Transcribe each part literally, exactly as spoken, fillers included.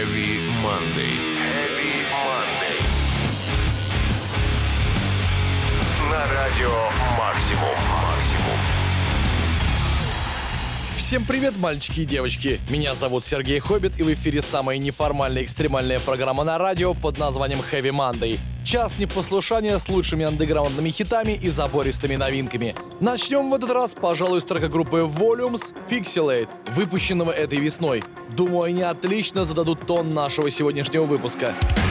Heavy Monday. Heavy Monday. На радио Максимум. Максимум. Всем привет, мальчики и девочки! Меня зовут Сергей Хоббит, и в эфире самая неформальная экстремальная программа на радио под названием Heavy Monday. Час непослушания с лучшими андеграундными хитами и забористыми новинками. Начнем в этот раз, пожалуй, с трека группы Volumes Pixelate, выпущенного этой весной. Думаю, они отлично зададут тон нашего сегодняшнего выпуска.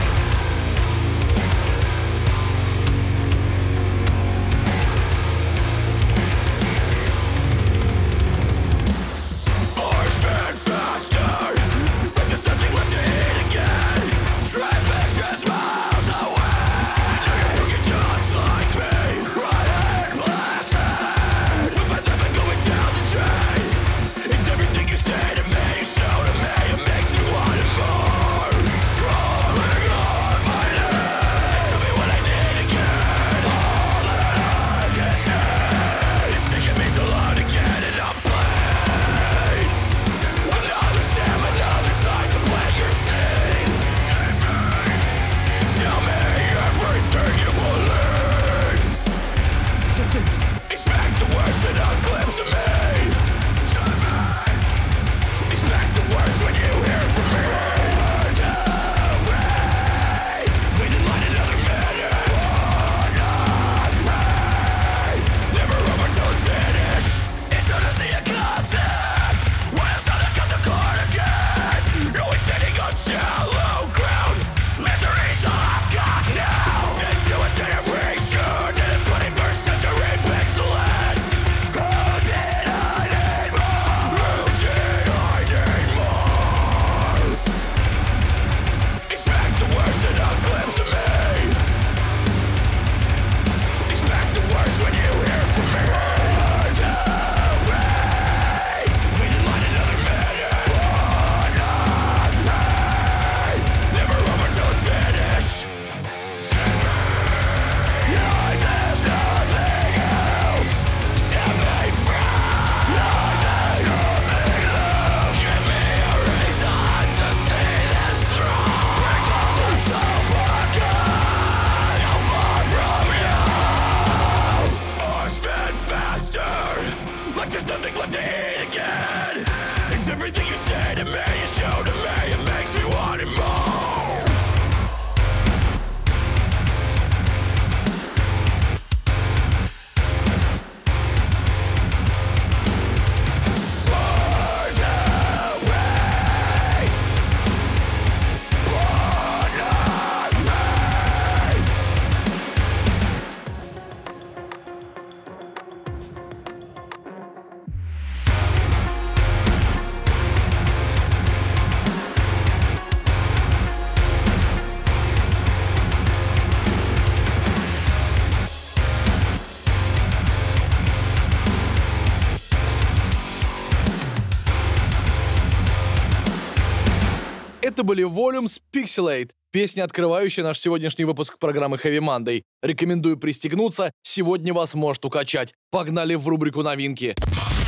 Это были Volumes Pixelate, песня, открывающая наш сегодняшний выпуск программы Heavy Monday. Рекомендую пристегнуться, сегодня вас может укачать. Погнали в рубрику новинки.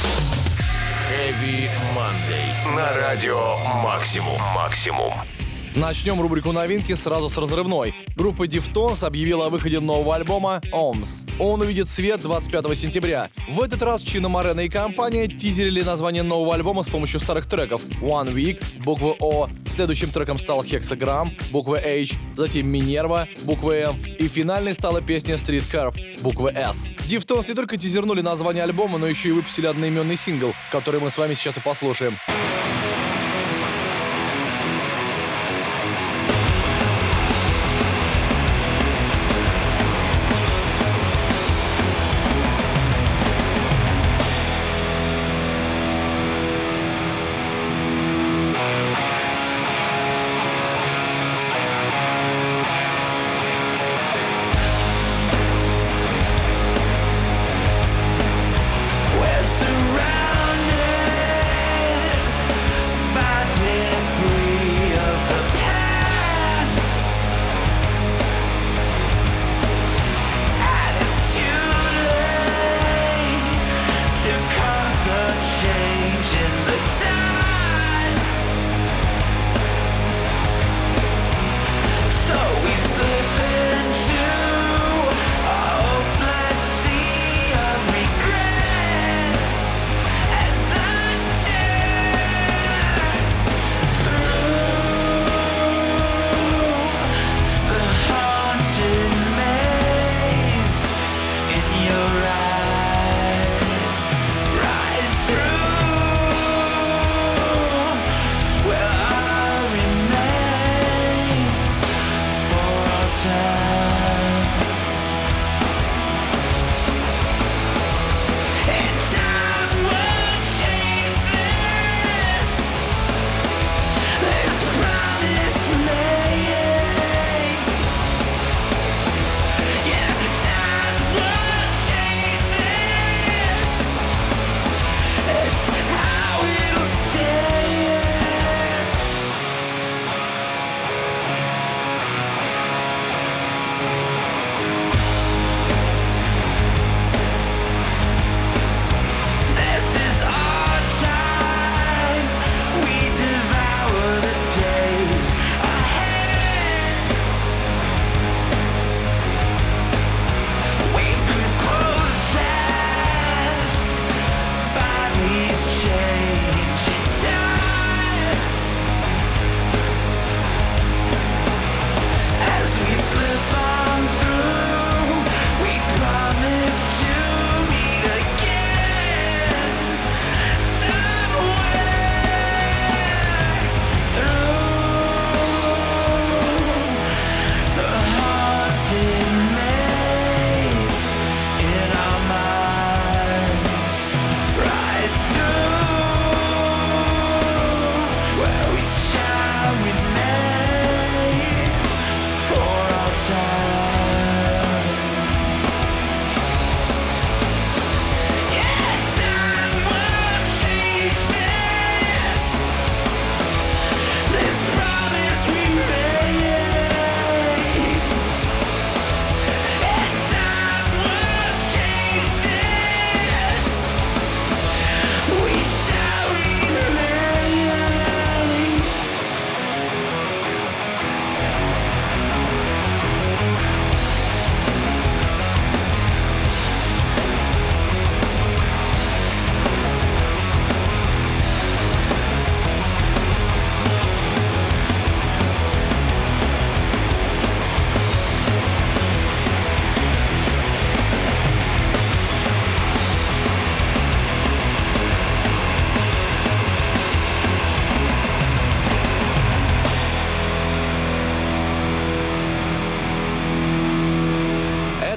Heavy Monday. На радио Максимум. Максимум. Начнем рубрику новинки сразу с разрывной. Группа Deftones объявила о выходе нового альбома Ohms. Он увидит свет двадцать пятого сентября. В этот раз Чино Морено и компания тизерили название нового альбома с помощью старых треков: One Week, буква О, следующим треком стал Hexagram, буква H, затем Minerva, буква М, и финальной стала песня Street Curve, буква S. Deftones не только тизернули название альбома, но еще и выпустили одноименный сингл, который мы с вами сейчас и послушаем. We're surrounded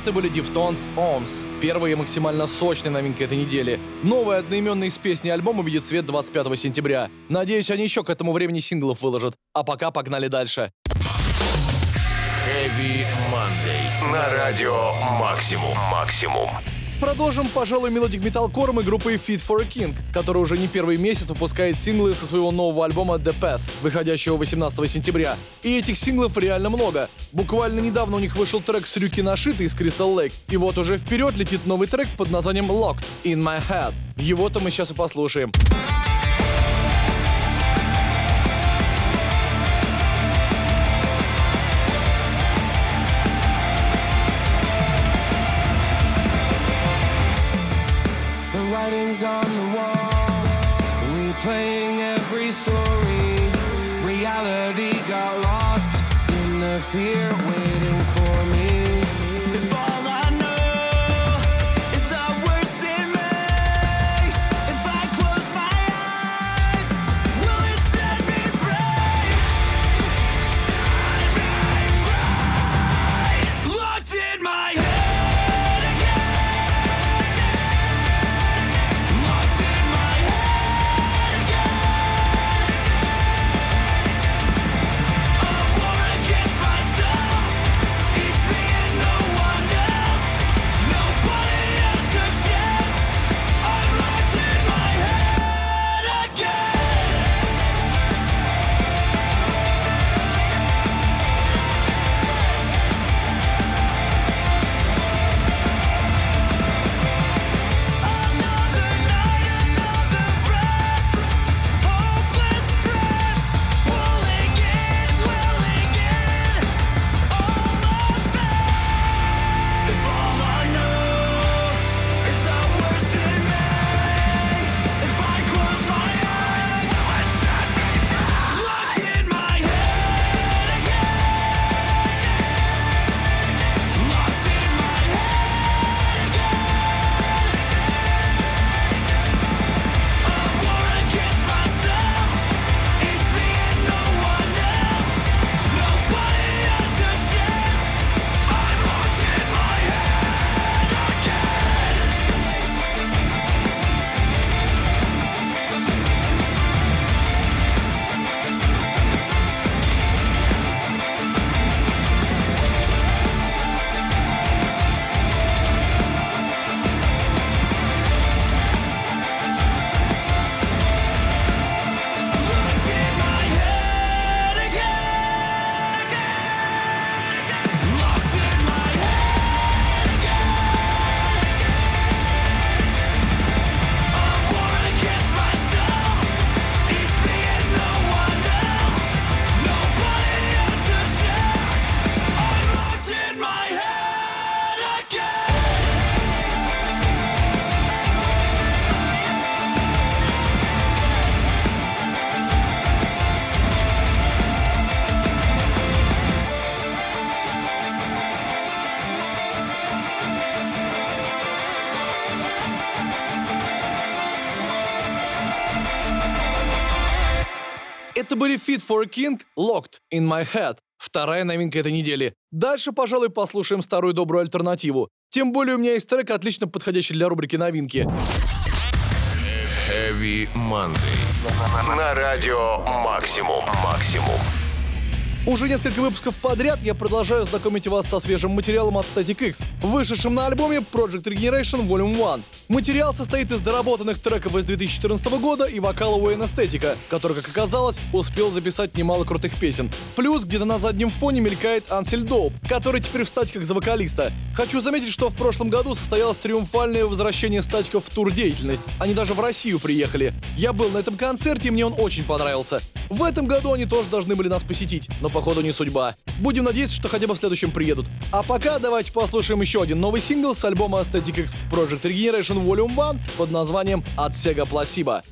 Это были Deftones Ohms. Первая и максимально сочная новинка этой недели. Новый одноименный из песни альбома увидит свет двадцать пятого сентября. Надеюсь, они еще к этому времени синглов выложат. А пока погнали дальше. Heavy Monday на радио Максимум. Максимум. Продолжим, пожалуй, мелодик металкором и группой Fit for a King, которая уже не первый месяц выпускает синглы со своего нового альбома The Path, выходящего восемнадцатого сентября. И этих синглов реально много. Буквально недавно у них вышел трек с Рюки Нашиты из Crystal Lake. И вот уже вперед летит новый трек под названием Locked in My Head. Его-то мы сейчас и послушаем. Writings on the wall, replaying every story. Reality got lost in the fear waiting for me. If all I know is the worst in me, if I close my eyes, will it set me free? Set me free. Locked in my head. Это были Fit for a King, Locked in My Head. Вторая новинка этой недели. Дальше, пожалуй, послушаем старую добрую альтернативу. Тем более у меня есть трек, отлично подходящий для рубрики «Новинки». Heavy Monday на радио Максимум. Максимум. Уже несколько выпусков подряд я продолжаю знакомить вас со свежим материалом от Static X, вышедшим на альбоме Project Regeneration Volume один. Материал состоит из доработанных треков из две тысячи четырнадцатого года и вокала Уэйна Стэтика, который, как оказалось, успел записать немало крутых песен. Плюс где-то на заднем фоне мелькает Ансельм Доуп, который теперь в Статиках за вокалиста. Хочу заметить, что в прошлом году состоялось триумфальное возвращение Статиков в тур-деятельность. Они даже в Россию приехали. Я был на этом концерте, и мне он очень понравился. В этом году они тоже должны были нас посетить, но походу не судьба. Будем надеяться, что хотя бы в следующем приедут. А пока давайте послушаем еще один новый сингл с альбома Static X Project Regeneration Volume один под названием «От Sega Placebo».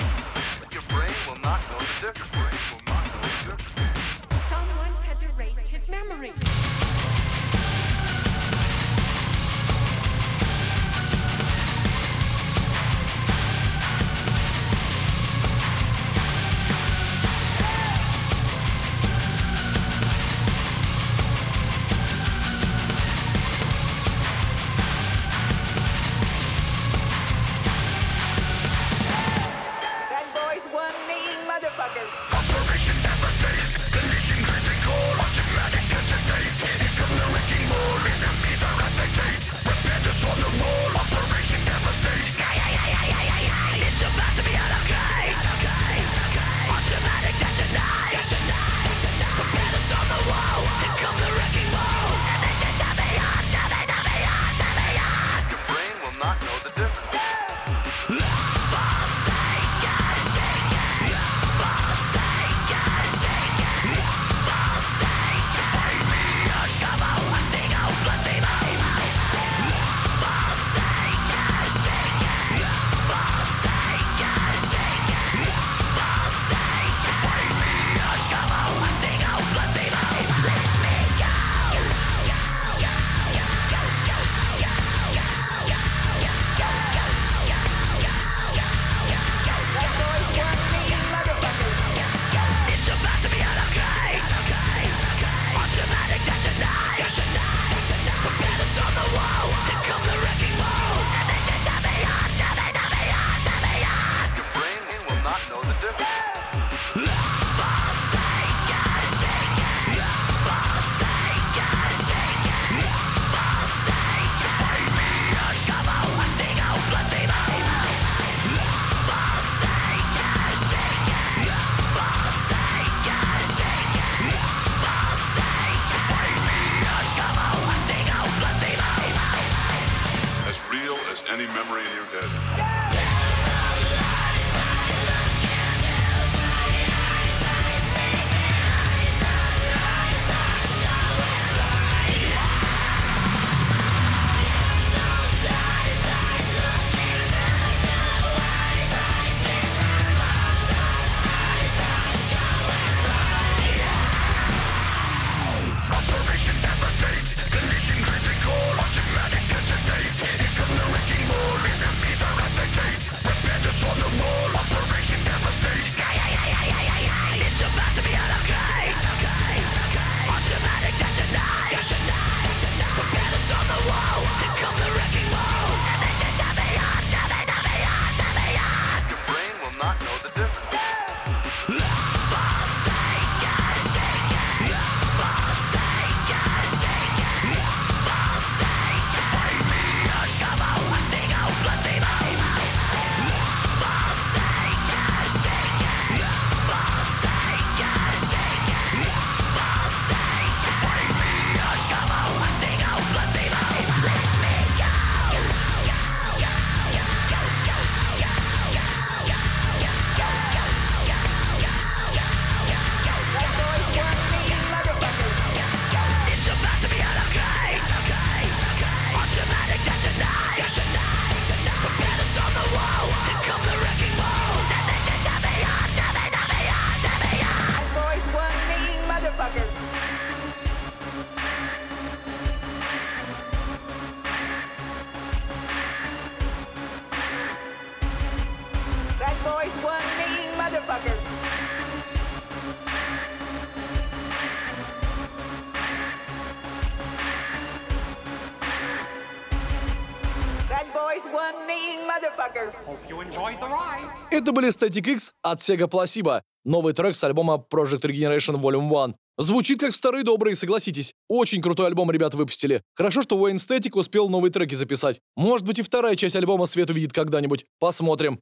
Это были Static X от Sega Placebo, новый трек с альбома Project Regeneration Volume один. Звучит как в старые добрые, согласитесь. Очень крутой альбом ребята выпустили. Хорошо, что Wayne Static успел новые треки записать. Может быть и вторая часть альбома свет увидит когда-нибудь. Посмотрим.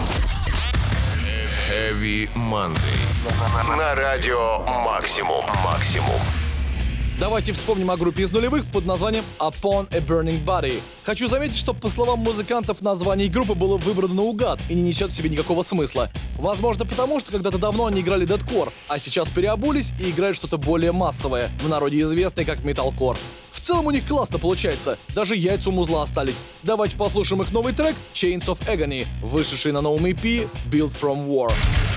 Heavy Monday. На радио Максимум. Максимум. Давайте вспомним о группе из нулевых под названием Upon a Burning Body. Хочу заметить, что, по словам музыкантов, название группы было выбрано наугад и не несет в себе никакого смысла. Возможно, потому что когда-то давно они играли дэткор, а сейчас переобулись и играют что-то более массовое, в народе известное как металкор. В целом у них классно получается, даже яйца у музла остались. Давайте послушаем их новый трек Chains of Agony, вышедший на новом и пи Built from War.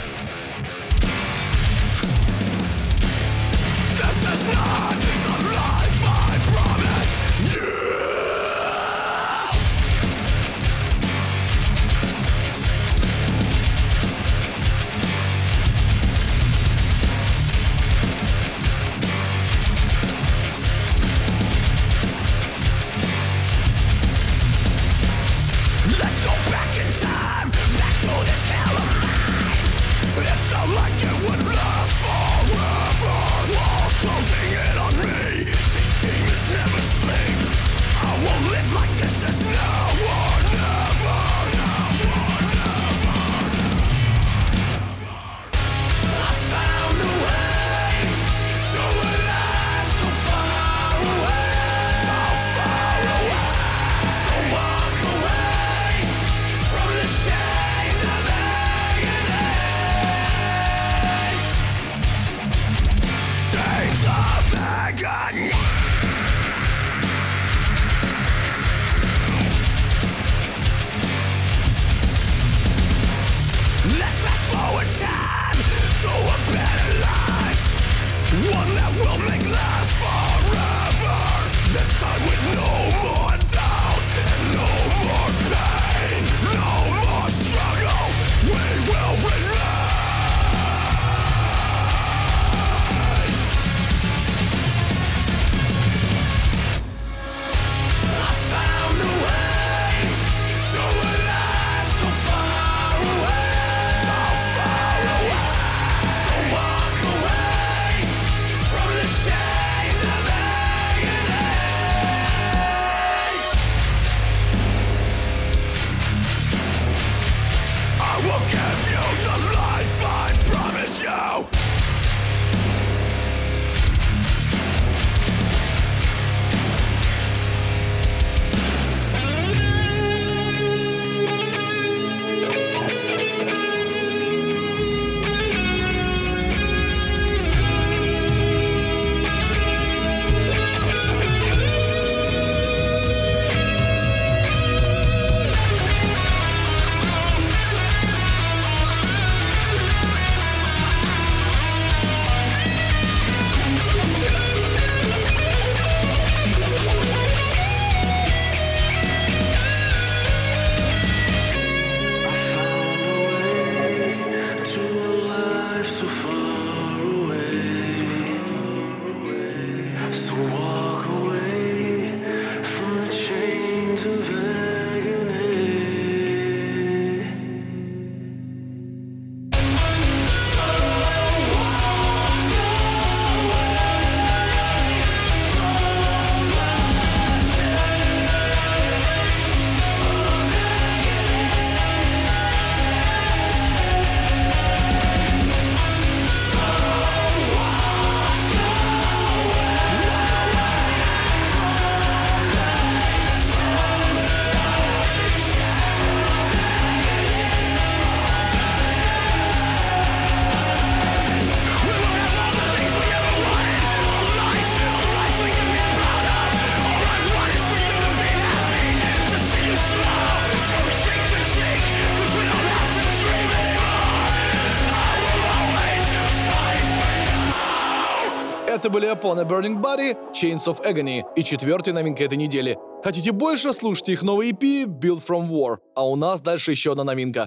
Это были Upon a Burning Body, Chains of Agony и четвертая новинка этой недели. Хотите больше? Слушайте их новый и пи Built from War. А у нас дальше еще одна новинка.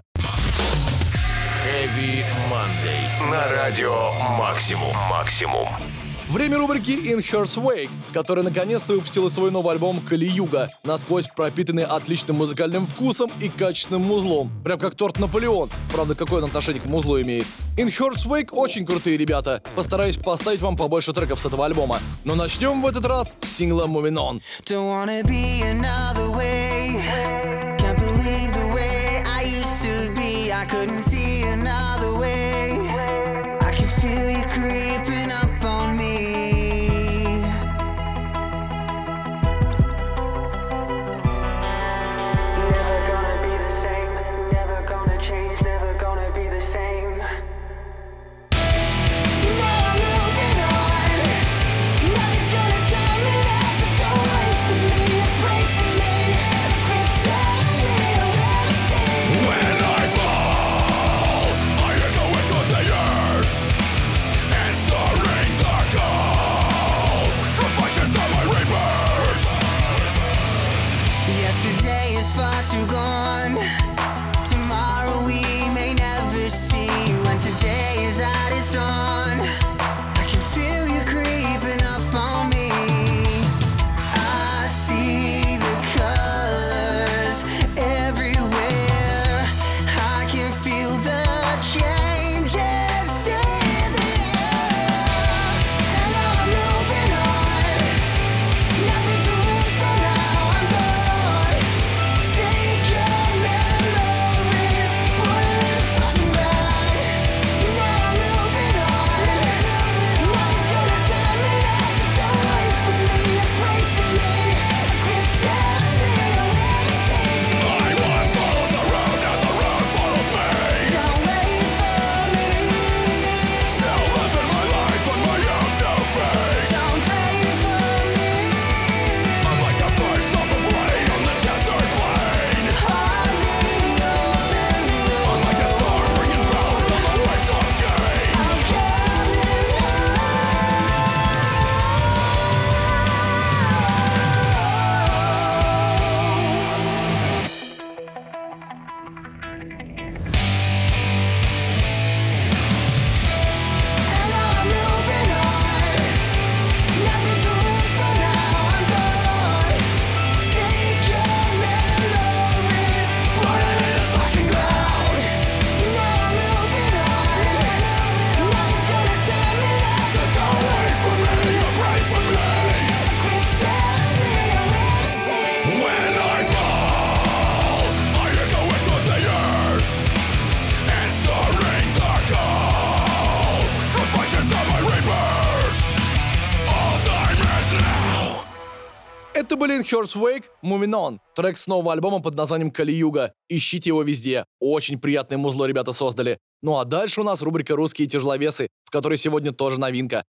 Heavy Monday. На радио Максимум. Максимум. Время рубрики In Heart's Wake, которая наконец-то выпустила свой новый альбом «Кали-Юга», насквозь пропитанный отличным музыкальным вкусом и качественным музлом. Прям как торт Наполеон. Правда, какое он отношение к музлу имеет? In Heart's Wake очень крутые ребята. Постараюсь поставить вам побольше треков с этого альбома. Но начнем в этот раз с сингла Moving On. Don't wanna be another way. Can't believe the way I used to be. I couldn't see another way. I can feel you creeping up on me. Never gonna be the same. Never gonna change. Never gonna be the same. Now I'm moving on. Nothing's gonna stop me now. So don't wait for me. Pray for me. Quit telling me everything. When I fall, I echo echoes the earth, and the rings are cold. Reflections of my rebirth. Yesterday is far too gone. Tomorrow we may never see. When today is at its dawn, I can feel you creeping up on me. I see the colors everywhere. I can feel the changes in the air. And now I'm moving on. Nothing to lose, so now I'm gone. Take your memories, put 'em in the fucking ground. Now I'm moving on. Nothing's gonna stop me now, so don't wait for me. Pray for me. Quit telling me everything. I must follow the road as the road follows me. Don't wait for me. Still living my life on my own two feet. Don't pray for me. I'm like the first drop of rain on the desert plain. I'm like the star bringing bells on the waves of change. And now I'm moving on. Nothing to lose, so now I'm gone. Take your memories, put 'em in the fucking ground. Now I'm moving on. Nothing's gonna stop me now, so don't wait for me. Pray for me. Quit telling me everything. When I fall, I echo echoes the earth, and the rings are cold. Reflections of my rebirth. All time is now. Это были In Heart's Wake, Moving On. Трек с нового альбома под названием «Кали-Юга». Ищите его везде. Очень приятное музло ребята создали. Ну а дальше у нас рубрика «Русские тяжеловесы», в которой сегодня тоже новинка.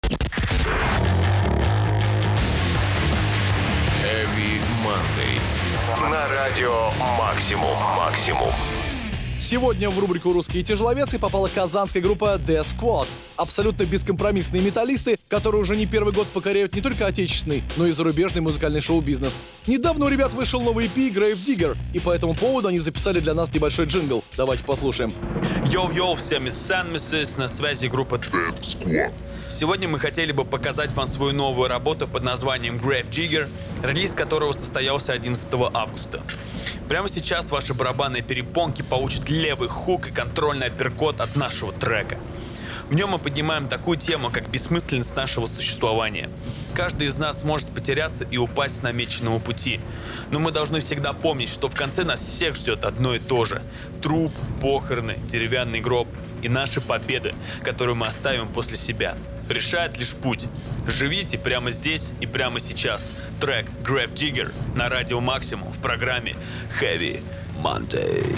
Heavy Monday. На радио Максимум. Максимум. Сегодня в рубрику «Русские тяжеловесы» попала казанская группа Death Squad. Абсолютно бескомпромиссные металлисты, которые уже не первый год покоряют не только отечественный, но и зарубежный музыкальный шоу-бизнес. Недавно у ребят вышел новый и пи Grave Digger, и по этому поводу они записали для нас небольшой джингл. Давайте послушаем. Йоу-йоу, всем мисс and миссис, на связи группа Death Squad. Сегодня мы хотели бы показать вам свою новую работу под названием Grave Digger, релиз которого состоялся одиннадцатого августа. Прямо сейчас ваши барабанные перепонки получат левый хук и контрольный апперкот от нашего трека. В нем мы поднимаем такую тему, как бессмысленность нашего существования. Каждый из нас может потеряться и упасть с намеченного пути. Но мы должны всегда помнить, что в конце нас всех ждет одно и то же. Труп, похороны, деревянный гроб и наши победы, которые мы оставим после себя. Решает лишь путь. Живите прямо здесь и прямо сейчас. Трек Grave Digger на радио Максимум в программе Heavy Monday.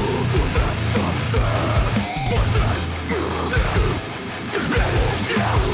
Yeah.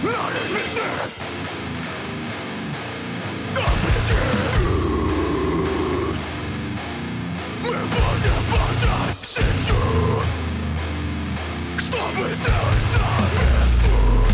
Чтобы сделать заметку.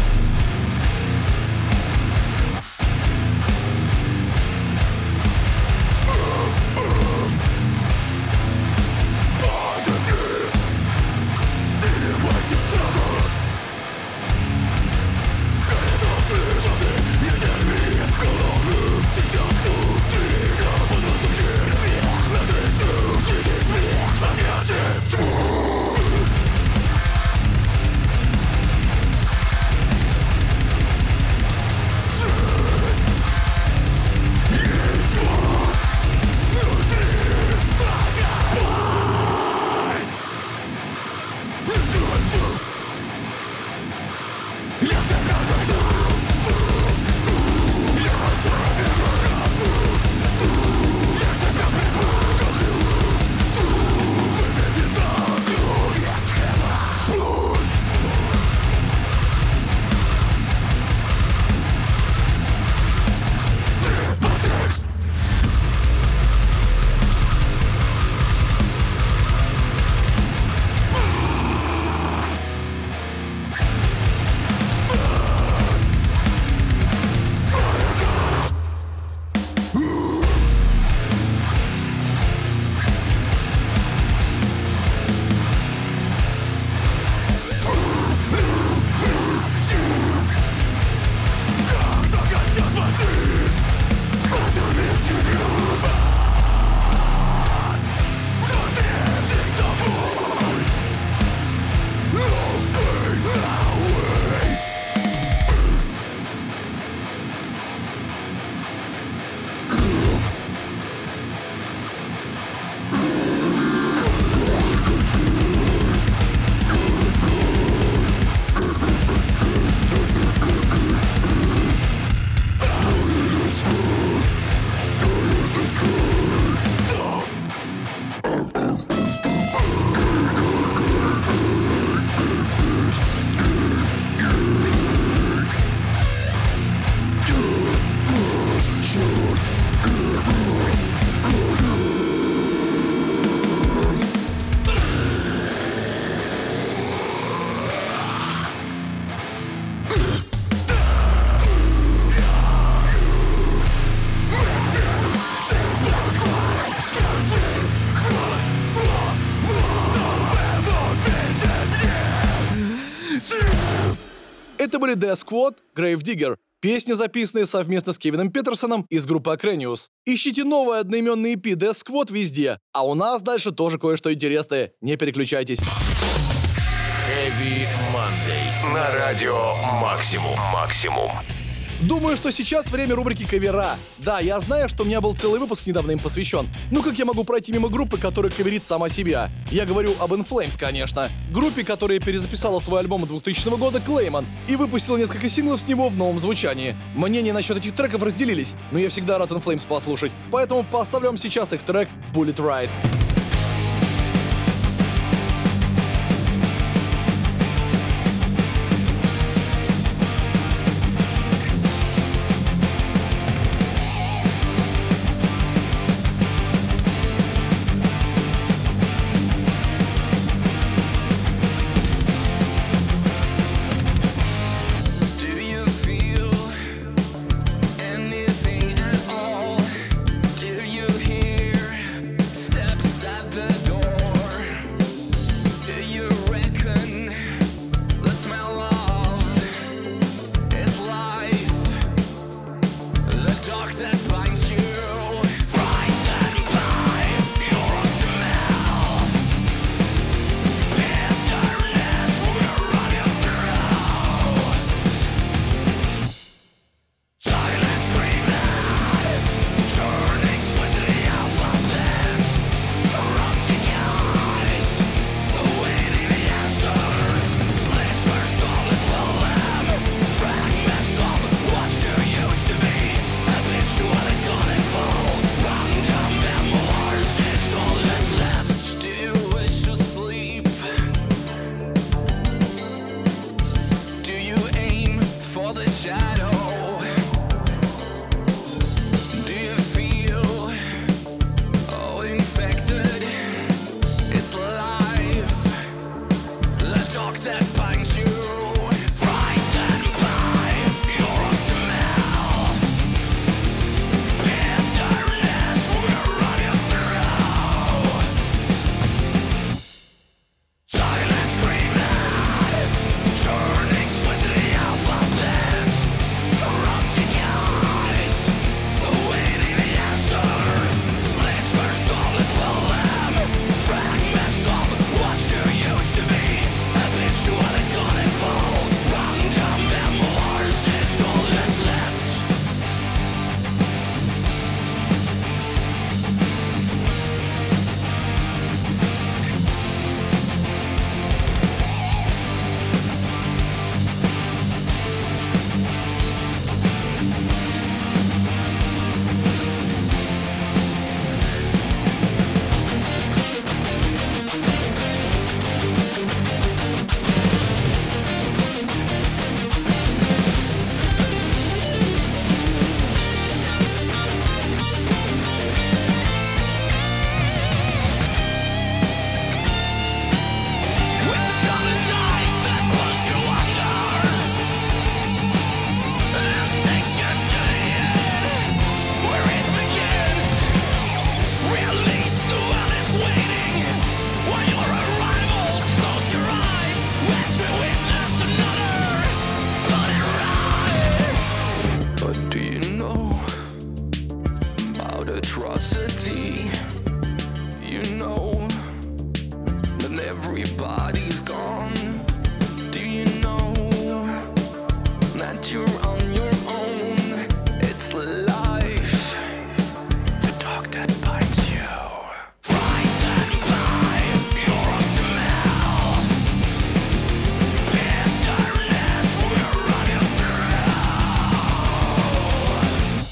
Это были Death Squad, Grave Digger. Песни, записанные совместно с Кевином Петерсоном из группы Acrenius. Ищите новый одноименный и пи Death Squad везде. А у нас дальше тоже кое-что интересное. Не переключайтесь. Heavy Monday. На радио Максимум. Максимум. Думаю, что сейчас время рубрики «Кавера». Да, я знаю, что у меня был целый выпуск недавно им посвящен. Ну как я могу пройти мимо группы, которая каверит сама себя? Я говорю об In Flames, конечно. Группе, которая перезаписала свой альбом двухтысячного года «Claymon» и выпустила несколько синглов с него в новом звучании. Мнения насчет этих треков разделились, но я всегда рад In Flames послушать. Поэтому поставлю вам сейчас их трек «Bullet Ride». Steps that you're on your own. It's life, the dog that bites you. Frightened by your smell, bitterness will run you through.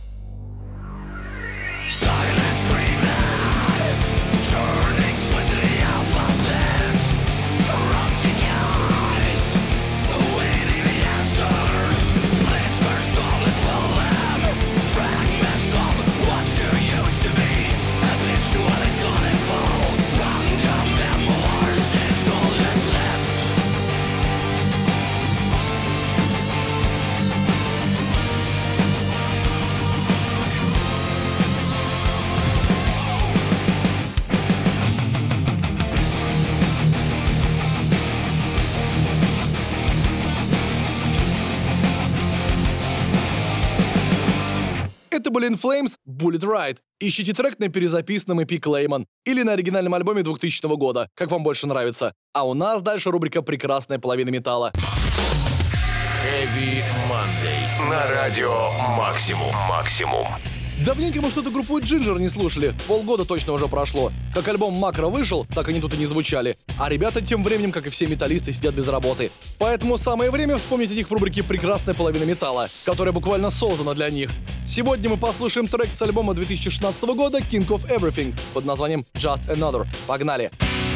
Silence screaming, turning towards the alphabet. Frantic eyes, awaiting the answer. Splinters of the poem, fragments of what you used to be. Habitually gone and cold, random memoirs is all that's left. Это были In Flames, Bullet Ride. Ищите трек на перезаписанном и пи Clayman или на оригинальном альбоме двухтысячного года, как вам больше нравится. А у нас дальше рубрика «Прекрасная половина металла». Heavy Monday. На радио Максимум. Максимум. Давненько мы что-то группу Ginger не слушали, полгода точно уже прошло. Как альбом Макро вышел, так они тут и не звучали. А ребята тем временем, как и все металлисты, сидят без работы. Поэтому самое время вспомнить о них в рубрике «Прекрасная половина металла», которая буквально создана для них. Сегодня мы послушаем трек с альбома две тысячи шестнадцатого года King of Everything под названием Just Another. Погнали!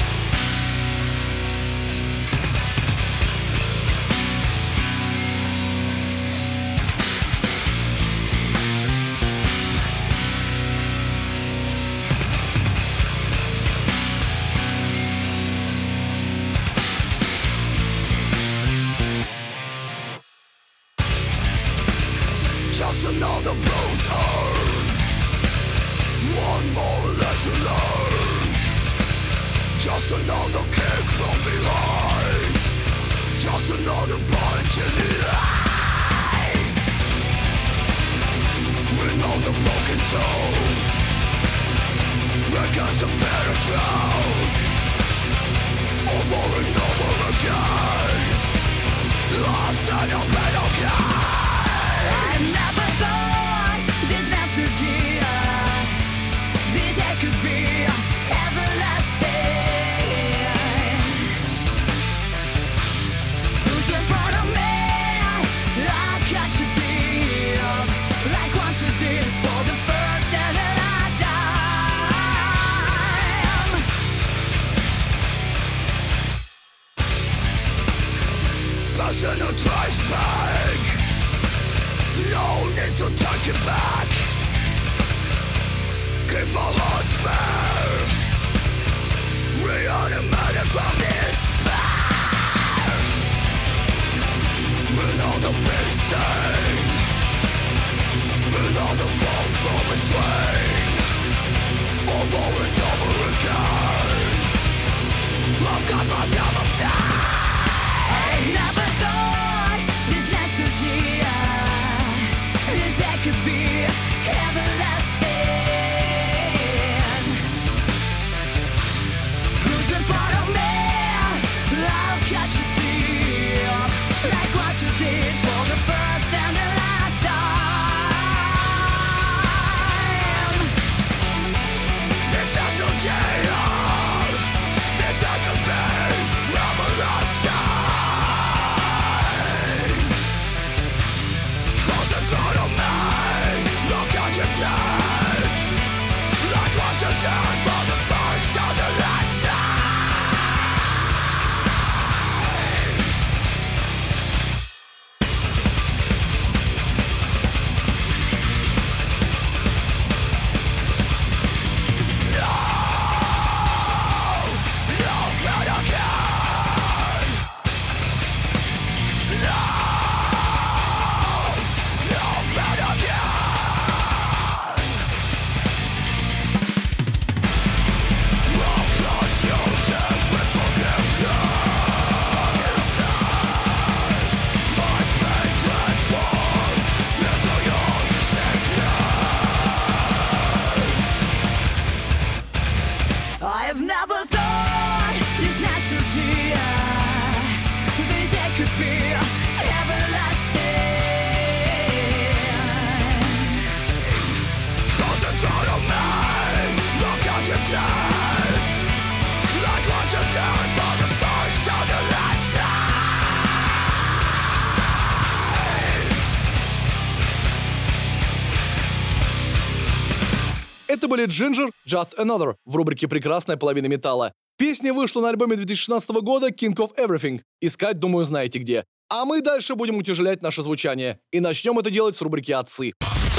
Just another bruise earned, one more lesson learned. Just another kick from behind, just another punch in the eye. We know the broken tooth against a better truth, over and over again. Lost in your battle game. I never thought this message, this hate could be everlasting. Who's in front of me? Это были Ginger, Just Another в рубрике «Прекрасная половина металла». Песня вышла на альбоме две тысячи шестнадцатого года King of Everything. Искать, думаю, знаете где. А мы дальше будем утяжелять наше звучание. И начнем это делать с рубрики «Отцы».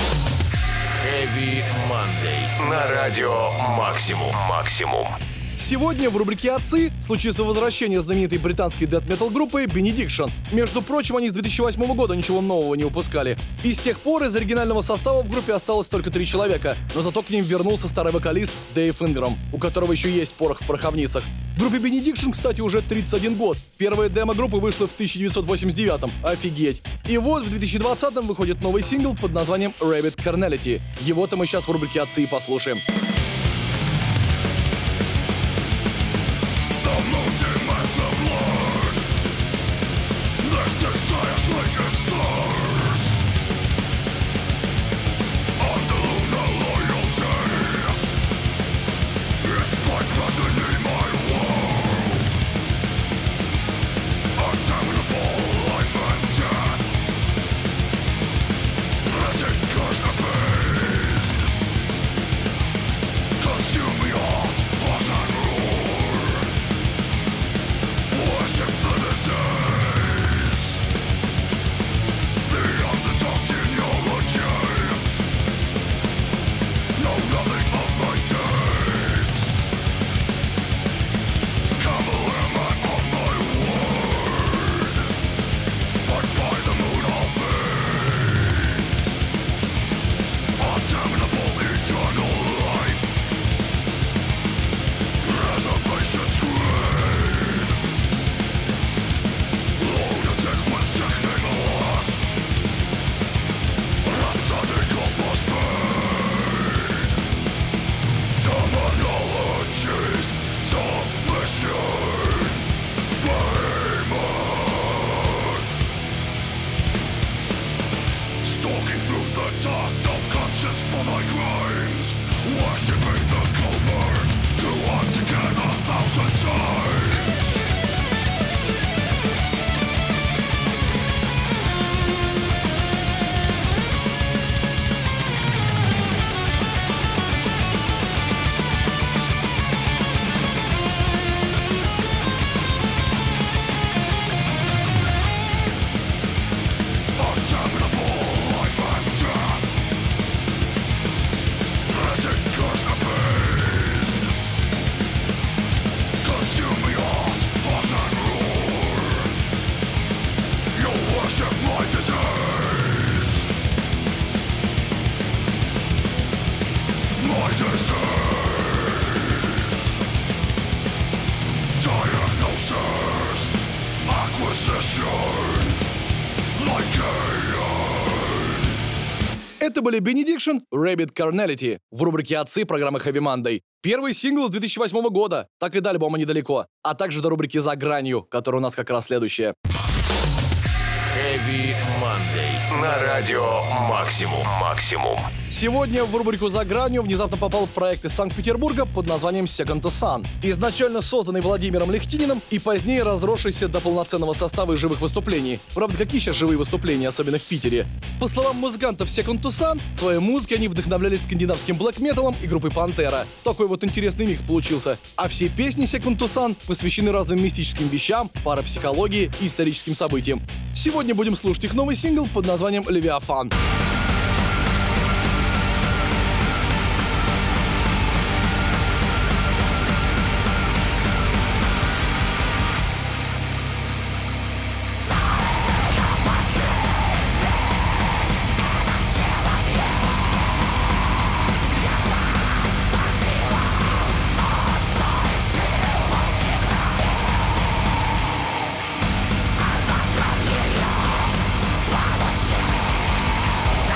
Heavy Monday. На радио Максимум. Максимум. Сегодня в рубрике «Отцы» случится возвращение знаменитой британской дэт-метал группы Benediction. Между прочим, они с две тысячи восьмого года ничего нового не выпускали. И с тех пор из оригинального состава в группе осталось только три человека, но зато к ним вернулся старый вокалист Дэйв Инграм, у которого еще есть порох в пороховницах. Группе Benediction, кстати, уже тридцать один год. Первая демо группы вышла в тысяча девятьсот восемьдесят девятом. Офигеть! И вот в две тысячи двадцатом выходит новый сингл под названием Rabid Carnality. Его-то мы сейчас в рубрике «Отцы» и послушаем. Это были Benediction, Rabid Carnality в рубрике «Отцы» программы Heavy Monday. Первый сингл с две тысячи восьмого года, так и до альбома недалеко, а также до рубрики «За гранью», которая у нас как раз следующая. Heavy Monday. На радио Максимум. Максимум. Сегодня в рубрику «За гранью» внезапно попал проект из Санкт-Петербурга под названием Second to Sun. Изначально созданный Владимиром Лехтининым и позднее разросшийся до полноценного состава и живых выступлений. Правда, какие сейчас живые выступления, особенно в Питере? По словам музыкантов Second to Sun, в своей музыке они вдохновлялись скандинавским блэк-металом и группой Пантера. Такой вот интересный микс получился. А все песни Second to Sun посвящены разным мистическим вещам, парапсихологии и историческим событиям. Сегодня будем слушать их новый сингл под названием «Левиафан». Получи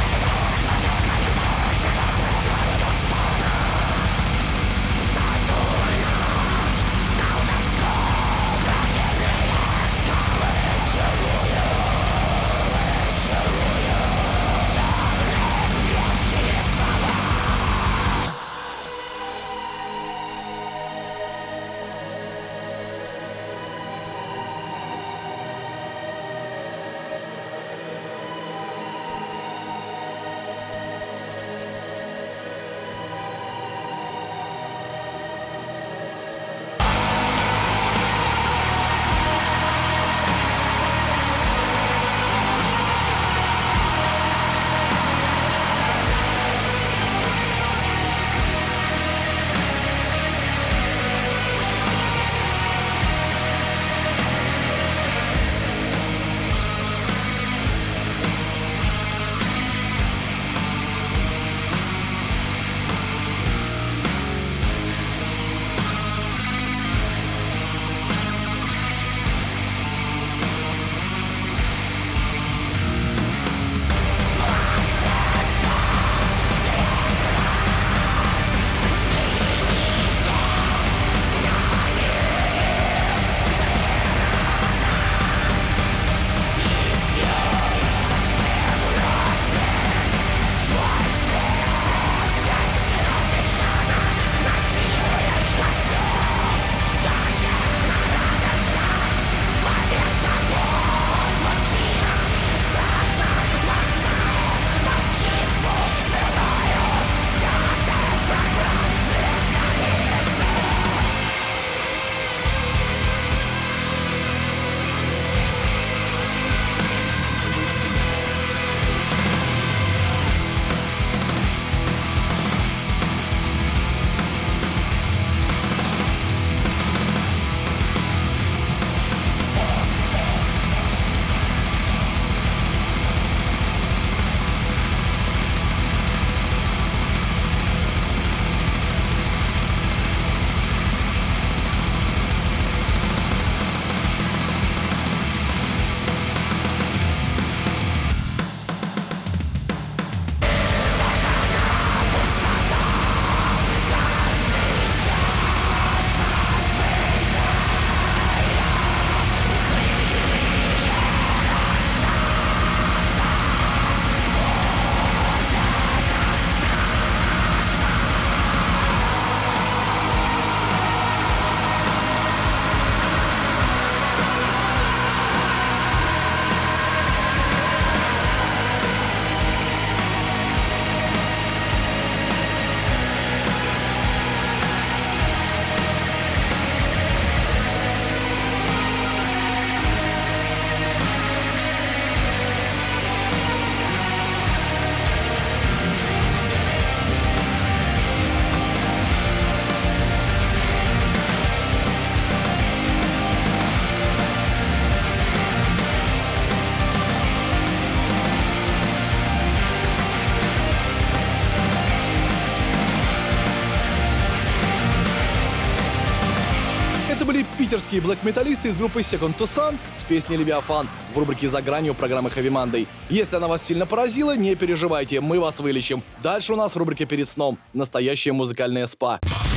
питерские блэк-металлисты из группы Second to Sun с песней «Левиафан» в рубрике «За гранью» программы Heavy Monday. Если она вас сильно поразила, не переживайте, мы вас вылечим. Дальше у нас рубрика «Перед сном». Настоящее музыкальное спа.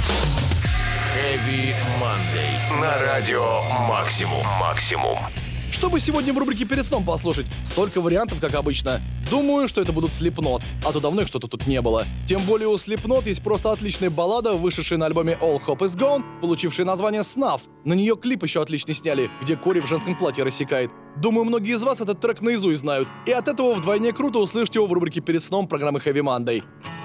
Heavy Monday. На радио Максимум. Максимум. Чтобы сегодня в рубрике «Перед сном» послушать, столько вариантов, как обычно. Думаю, что это будут Slipknot, а то давно их что-то тут не было. Тем более у Slipknot есть просто отличная баллада, вышедшая на альбоме All Hope Is Gone, получившая название Snuff. На нее клип еще отличный сняли, где Кори в женском платье рассекает. Думаю, многие из вас этот трек наизусть знают. И от этого вдвойне круто услышать его в рубрике «Перед сном» программы Heavy Monday.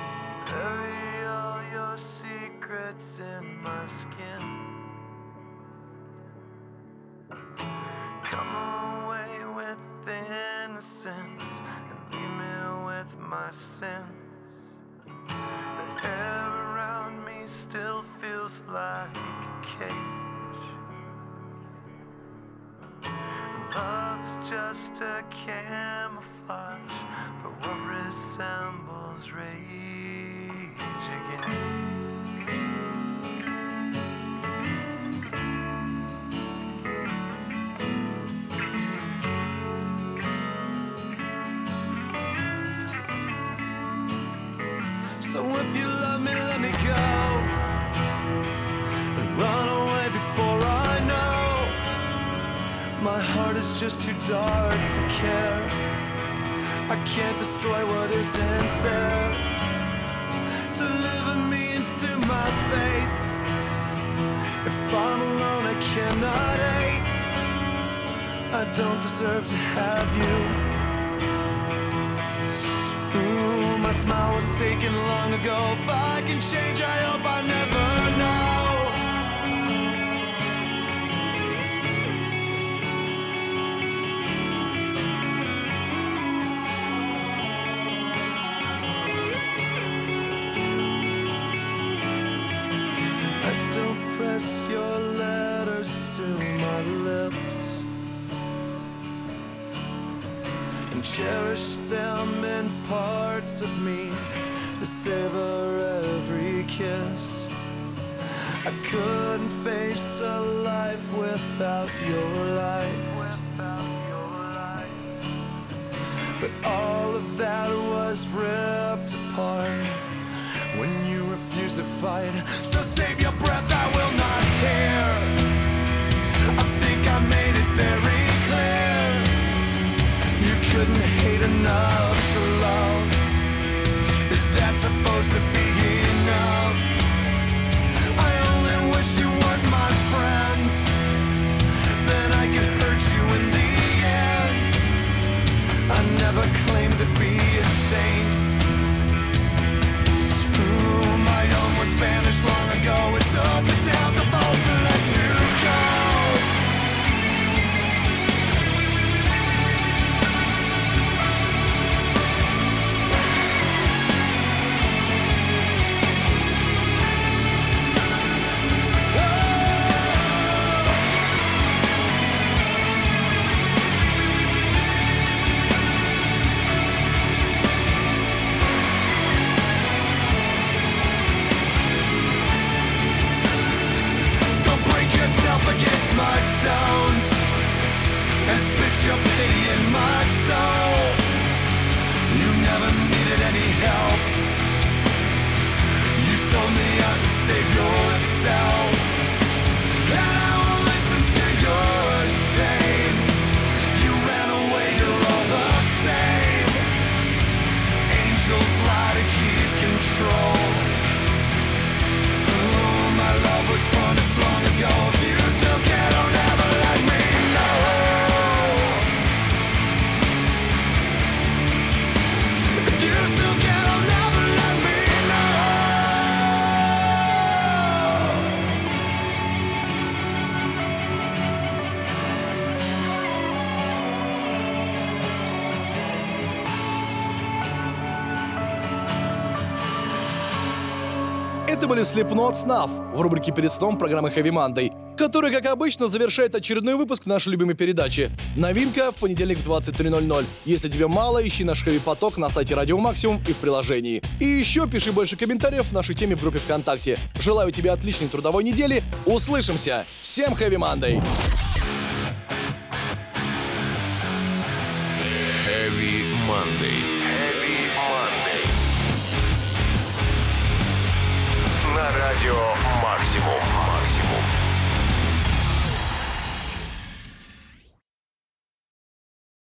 My sins. The air around me still feels like a cage. Love is just a camouflage for what resembles rage again. So if you love me, let me go and run away before I know. My heart is just too dark to care. I can't destroy what isn't there. Deliver me into my fate. If I'm alone, I cannot hate. I don't deserve to have you. My smile was taken long ago. If I can change, I hope I never know. I still press your letters to my lips and cherish them in parts of me that savor every kiss. I couldn't face a life without your light. But all of that was ripped apart when you refused to fight. So save your breath, I will not hear. I think I made it very clear. You couldn't hate enough to love. Is that supposed to be enough? I only wish you weren't my friend. Then I could hurt you in the end. I never claimed to be a saint. Ooh, my own was banished long ago. It took the town to fall to let you go. Against my stones and spit your pity in my soul. You never needed any help. You sold me out to save yourself, and I won't listen to your shame. You ran away, you're all the same. Angels lie to keep control. Oh, my love was punished long ago. If you still care, don't ever let me know. If you still care, don't ever let me know. Это были Slipknot Snuff в рубрике «Перед сном» программы Heavy Monday. который, как обычно, завершает очередной выпуск нашей любимой передачи. Новинка в понедельник в двадцать три ноль ноль. Если тебе мало, ищи наш хэви-поток на сайте Радио Максимум и в приложении. И еще пиши больше комментариев в нашей теме в группе ВКонтакте. Желаю тебе отличной трудовой недели. Услышимся. Всем Heavy Monday! Heavy Monday. Heavy Monday. На радио Максимум.